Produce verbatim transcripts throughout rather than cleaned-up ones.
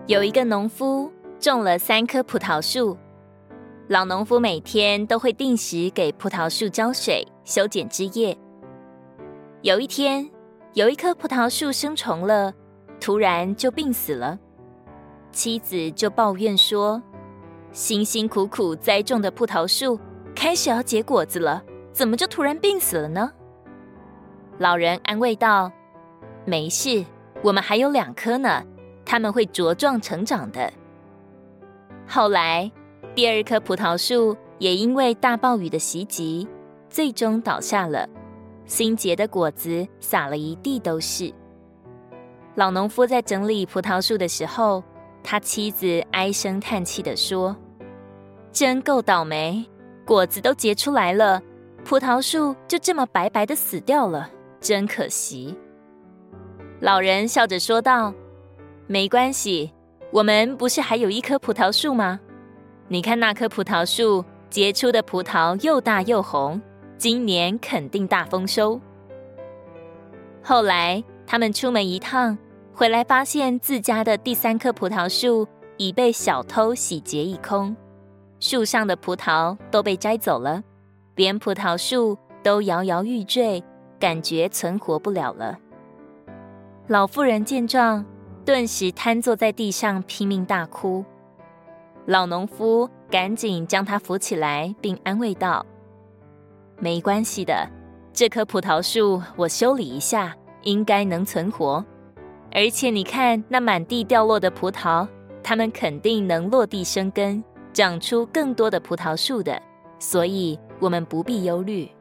有一个农夫种了三棵葡萄树，老农夫每天都会定时给葡萄树浇水、修剪枝叶。有一天，有一棵葡萄树生虫了，突然就病死了。妻子就抱怨说，辛辛苦苦栽种的葡萄树开始要结果子了，怎么就突然病死了呢？老人安慰道，没事，我们还有两棵呢，它们会茁壮成长的。后来，第二棵葡萄树也因为大暴雨的袭击，最终倒下了，新结的果子撒了一地都是。老农夫在整理葡萄树的时候，他妻子唉声叹气地说，真够倒霉，果子都结出来了，葡萄树就这么白白的死掉了，真可惜。老人笑着说道，没关系，我们不是还有一棵葡萄树吗？你看那棵葡萄树结出的葡萄又大又红，今年肯定大丰收。后来他们出门一趟，回来发现自家的第三棵葡萄树已被小偷洗劫一空，树上的葡萄都被摘走了，连葡萄树都摇摇欲坠，感觉存活不了了。老妇人见状，顿时瘫坐在地上拼命大哭。老农夫赶紧将她扶起来，并安慰道，没关系的，这棵葡萄树我修理一下，应该能存活。而且你看那满地掉落的葡萄，它们肯定能落地生根，长出更多的葡萄树的，所以我们不必忧虑。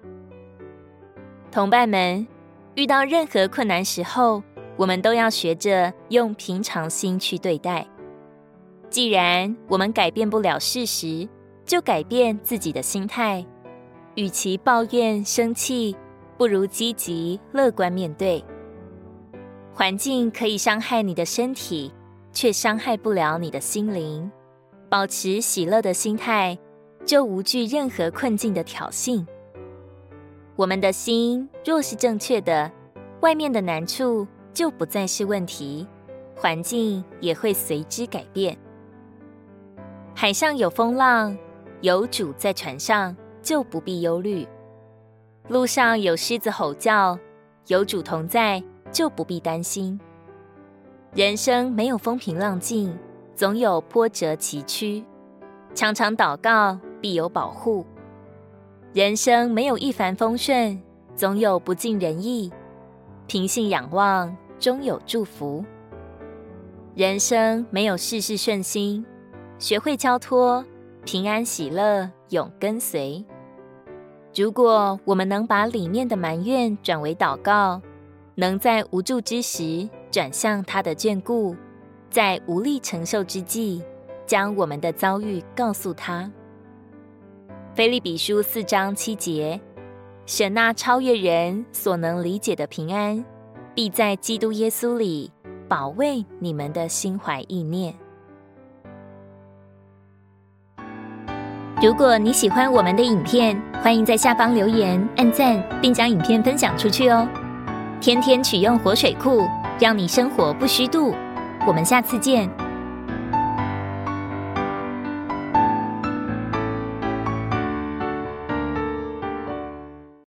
同伴们，遇到任何困难时候，我们都要学着用平常心去对待。既然我们改变不了事实，就改变自己的心态。与其抱怨生气，不如积极乐观面对。环境可以伤害你的身体，却伤害不了你的心灵。保持喜乐的心态，就无惧任何困境的挑衅。我们的心若是正确的，外面的难处就不再是问题，环境也会随之改变。海上有风浪，有主在船上，就不必忧虑。路上有狮子吼叫，有主同在，就不必担心。人生没有风平浪静，总有波折崎岖，常常祷告，必有保护。人生没有一帆风顺，总有不尽人意，凭信仰望，终有祝福。人生没有事事顺心，学会交托，平安喜乐永跟随。如果我们能把里面的埋怨转为祷告，能在无助之时转向他的眷顾，在无力承受之际，将我们的遭遇告诉他。腓立比书四章七节，神那超越人所能理解的平安，必在基督耶稣里保卫你们的心怀意念。如果你喜欢我们的影片，欢迎在下方留言、按赞，并将影片分享出去哦。天天取用活水库，让你生活不虚度。我们下次见。